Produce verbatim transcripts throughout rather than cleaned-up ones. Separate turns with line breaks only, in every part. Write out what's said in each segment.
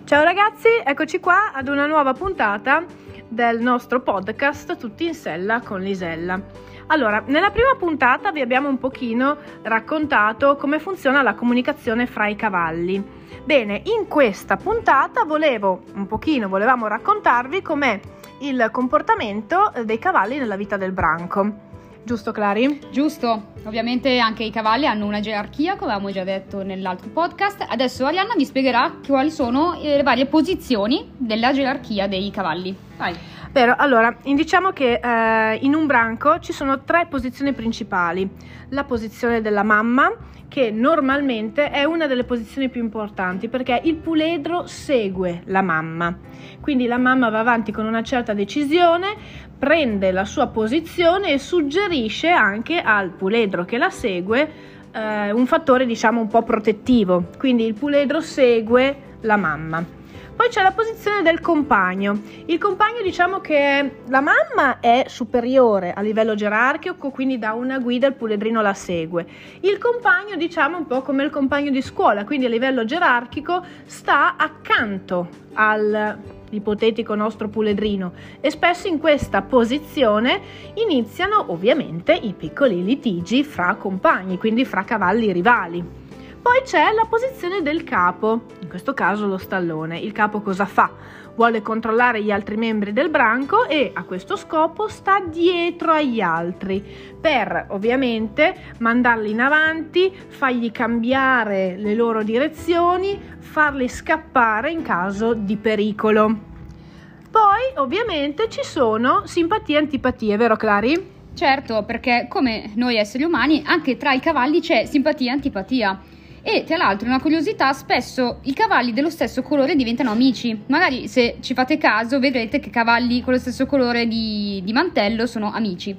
Ciao ragazzi, eccoci qua ad una nuova puntata del nostro podcast Tutti in sella con Lisella. Allora, nella prima puntata vi abbiamo un pochino raccontato come funziona la comunicazione fra i cavalli. Bene, in questa puntata volevo un pochino, volevamo raccontarvi com'è il comportamento dei cavalli nella vita del branco. Giusto, Clary?
Giusto, ovviamente anche i cavalli hanno una gerarchia, come avevamo già detto nell'altro podcast. Adesso Arianna vi spiegherà quali sono le varie posizioni della gerarchia dei cavalli. Vai.
Vero, allora, diciamo che eh, in un branco ci sono tre posizioni principali. La posizione della mamma, che normalmente è una delle posizioni più importanti perché il puledro segue la mamma. Quindi la mamma va avanti con una certa decisione, prende la sua posizione e suggerisce anche al puledro che la segue eh, un fattore, diciamo, un po' protettivo. Quindi il puledro segue la mamma. Poi c'è la posizione del compagno. Il compagno, diciamo che la mamma è superiore a livello gerarchico, quindi dà una guida, il puledrino la segue. Il compagno, diciamo, un po' come il compagno di scuola, quindi a livello gerarchico sta accanto all'ipotetico nostro puledrino e spesso in questa posizione iniziano ovviamente i piccoli litigi fra compagni, quindi fra cavalli rivali. Poi c'è la posizione del capo, in questo caso lo stallone. Il capo cosa fa? Vuole controllare gli altri membri del branco e a questo scopo sta dietro agli altri per ovviamente mandarli in avanti, fargli cambiare le loro direzioni, farli scappare in caso di pericolo. Poi ovviamente ci sono simpatie e antipatie, vero Clary?
Certo, perché come noi esseri umani anche tra i cavalli c'è simpatia e antipatia. E tra l'altro, una curiosità, spesso i cavalli dello stesso colore diventano amici. Magari se ci fate caso vedrete che cavalli con lo stesso colore di, di mantello sono amici.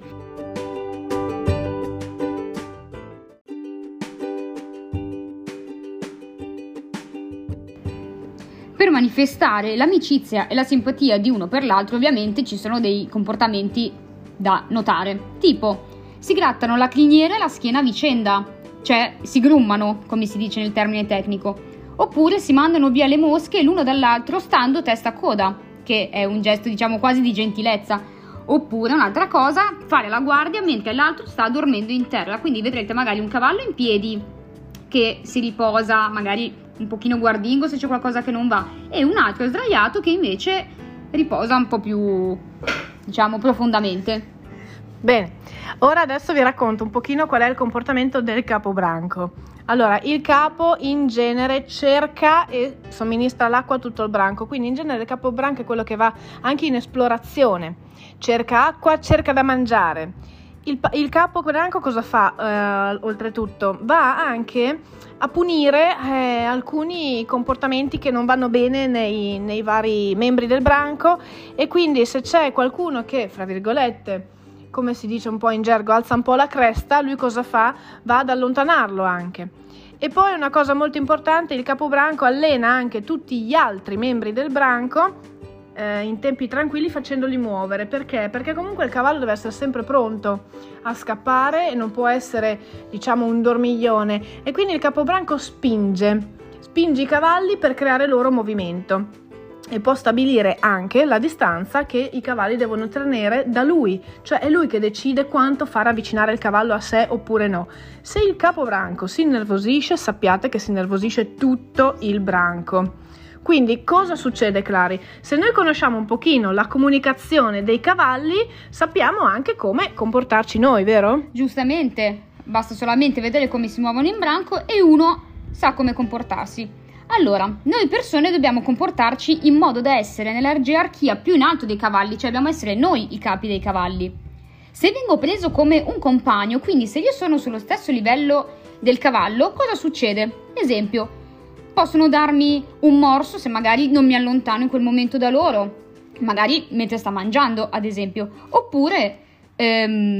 Per manifestare l'amicizia e la simpatia di uno per l'altro, ovviamente ci sono dei comportamenti da notare. Tipo, si grattano la criniera e la schiena a vicenda. Cioè si grummano, come si dice nel termine tecnico, oppure si mandano via le mosche l'uno dall'altro stando testa a coda, che è un gesto diciamo quasi di gentilezza, oppure un'altra cosa, fare la guardia mentre l'altro sta dormendo in terra, quindi vedrete magari un cavallo in piedi che si riposa, magari un pochino guardingo se c'è qualcosa che non va, e un altro sdraiato che invece riposa un po' più, diciamo, profondamente.
Bene, ora adesso vi racconto un pochino qual è il comportamento del capobranco. Allora, il capo in genere cerca e somministra l'acqua a tutto il branco, quindi in genere il capobranco è quello che va anche in esplorazione, cerca acqua, cerca da mangiare. Il, il capobranco cosa fa? Eh, oltretutto va anche a punire eh, alcuni comportamenti che non vanno bene nei, nei vari membri del branco, e quindi se c'è qualcuno che, fra virgolette, come si dice un po' in gergo, alza un po' la cresta, lui cosa fa? Va ad allontanarlo anche. E poi una cosa molto importante, il capobranco allena anche tutti gli altri membri del branco eh, in tempi tranquilli facendoli muovere. Perché? Perché comunque il cavallo deve essere sempre pronto a scappare e non può essere, diciamo, un dormiglione. E quindi il capobranco spinge, spinge i cavalli per creare loro movimento. E può stabilire anche la distanza che i cavalli devono tenere da lui, cioè è lui che decide quanto far avvicinare il cavallo a sé oppure no. Se il capobranco si innervosisce, sappiate che si innervosisce tutto il branco. Quindi cosa succede, Clary? Se noi conosciamo un pochino la comunicazione dei cavalli, sappiamo anche come comportarci noi, vero?
Giustamente, basta solamente vedere come si muovono in branco e uno sa come comportarsi. Allora, noi persone dobbiamo comportarci in modo da essere nella gerarchia più in alto dei cavalli, cioè dobbiamo essere noi i capi dei cavalli. Se vengo preso come un compagno, quindi se io sono sullo stesso livello del cavallo, cosa succede? Esempio, possono darmi un morso se magari non mi allontano in quel momento da loro, magari mentre sta mangiando, ad esempio, oppure ehm,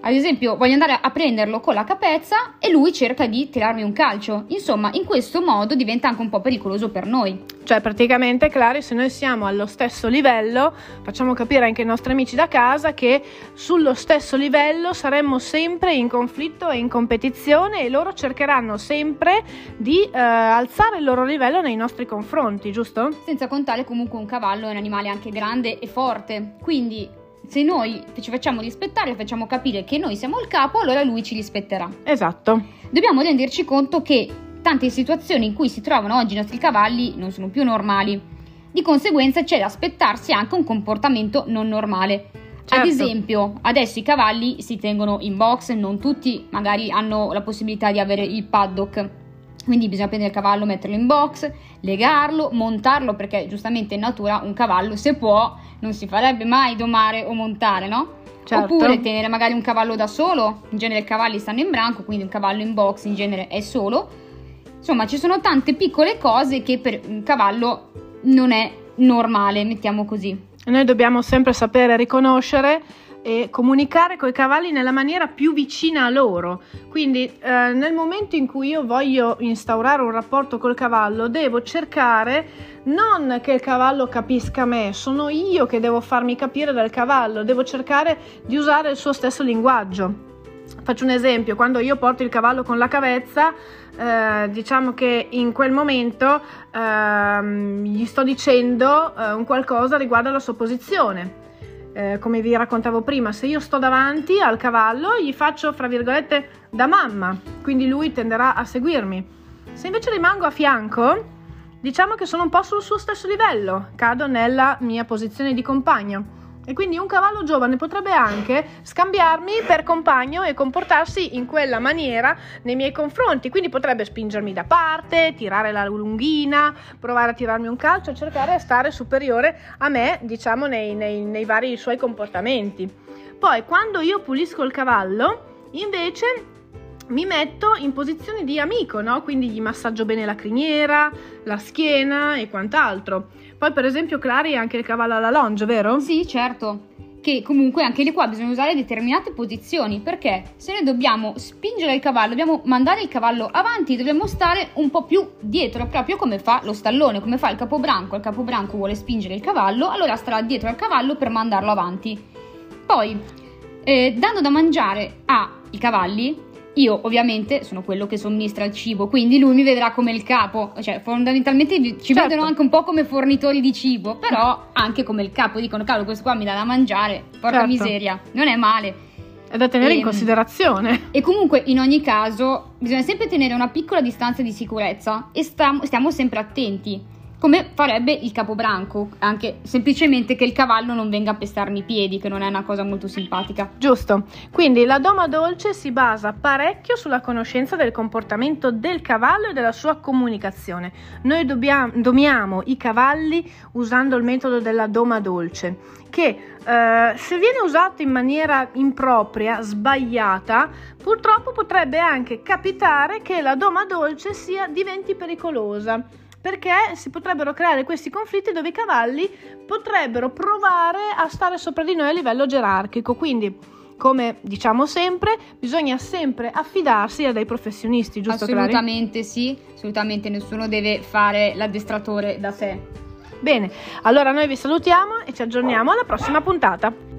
ad esempio voglio andare a prenderlo con la capezza e lui cerca di tirarmi un calcio. Insomma, in questo modo diventa anche un po' pericoloso per noi.
Cioè praticamente, Clary, se noi siamo allo stesso livello, facciamo capire anche ai nostri amici da casa che sullo stesso livello saremmo sempre in conflitto e in competizione, e loro cercheranno sempre di eh, alzare il loro livello nei nostri confronti, giusto?
Senza contare comunque un cavallo è un animale anche grande e forte, quindi se noi ci facciamo rispettare, facciamo capire che noi siamo il capo, allora lui ci rispetterà.
Esatto.
Dobbiamo renderci conto che tante situazioni in cui si trovano oggi i nostri cavalli non sono più normali. Di conseguenza c'è da aspettarsi anche un comportamento non normale. Certo. Ad esempio, adesso i cavalli si tengono in box, non tutti magari hanno la possibilità di avere il paddock. Quindi bisogna prendere il cavallo, metterlo in box, legarlo, montarlo, perché giustamente in natura un cavallo, se può, non si farebbe mai domare o montare, no?
Certo.
Oppure tenere magari un cavallo da solo, in genere i cavalli stanno in branco, quindi un cavallo in box in genere è solo. Insomma, ci sono tante piccole cose che per un cavallo non è normale, mettiamo così.
Noi dobbiamo sempre sapere riconoscere e comunicare con i cavalli nella maniera più vicina a loro. Quindi eh, nel momento in cui io voglio instaurare un rapporto col cavallo, devo cercare non che il cavallo capisca me, sono io che devo farmi capire dal cavallo, devo cercare di usare il suo stesso linguaggio. Faccio un esempio: quando io porto il cavallo con la cavezza, eh, diciamo che in quel momento eh, gli sto dicendo eh, un qualcosa riguardo alla sua posizione. Eh, come vi raccontavo prima, se io sto davanti al cavallo gli faccio, fra virgolette, da mamma, quindi lui tenderà a seguirmi. Se invece rimango a fianco, diciamo che sono un po' sul suo stesso livello, cado nella mia posizione di compagno, e quindi un cavallo giovane potrebbe anche scambiarmi per compagno e comportarsi in quella maniera nei miei confronti, quindi potrebbe spingermi da parte, tirare la lunghina, provare a tirarmi un calcio, cercare di stare superiore a me, diciamo, nei, nei, nei vari suoi comportamenti. Poi quando io pulisco il cavallo, invece mi metto in posizione di amico, no? Quindi gli massaggio bene la criniera, la schiena e quant'altro. Poi per esempio Clary ha anche il cavallo alla longe, vero?
Sì, certo, che comunque anche di qua bisogna usare determinate posizioni, perché se noi dobbiamo spingere il cavallo, dobbiamo mandare il cavallo avanti, dobbiamo stare un po' più dietro, proprio come fa lo stallone, come fa il capobranco. Il capobranco vuole spingere il cavallo, allora starà dietro al cavallo per mandarlo avanti. Poi, eh, dando da mangiare ai cavalli, io ovviamente sono quello che somministra il cibo, quindi lui mi vedrà come il capo, cioè fondamentalmente ci
certo.
vedono anche un po' come fornitori di cibo, però anche come il capo, dicono cavolo, questo qua mi dà da mangiare, porca
certo.
miseria, non è male.
È da tenere
e,
in considerazione.
E comunque in ogni caso bisogna sempre tenere una piccola distanza di sicurezza e stiamo, stiamo sempre attenti, come farebbe il capobranco, anche semplicemente che il cavallo non venga a pestarmi i piedi, che non è una cosa molto simpatica.
Giusto, quindi la doma dolce si basa parecchio sulla conoscenza del comportamento del cavallo e della sua comunicazione. Noi dobbiamo, domiamo i cavalli usando il metodo della doma dolce, che eh, se viene usato in maniera impropria, sbagliata, purtroppo potrebbe anche capitare che la doma dolce sia, diventi pericolosa, perché si potrebbero creare questi conflitti dove i cavalli potrebbero provare a stare sopra di noi a livello gerarchico. Quindi, come diciamo sempre, bisogna sempre affidarsi a dei professionisti, giusto Clary?
Assolutamente sì, assolutamente nessuno deve fare l'addestratore da sé.
Bene, allora noi vi salutiamo e ci aggiorniamo alla prossima puntata.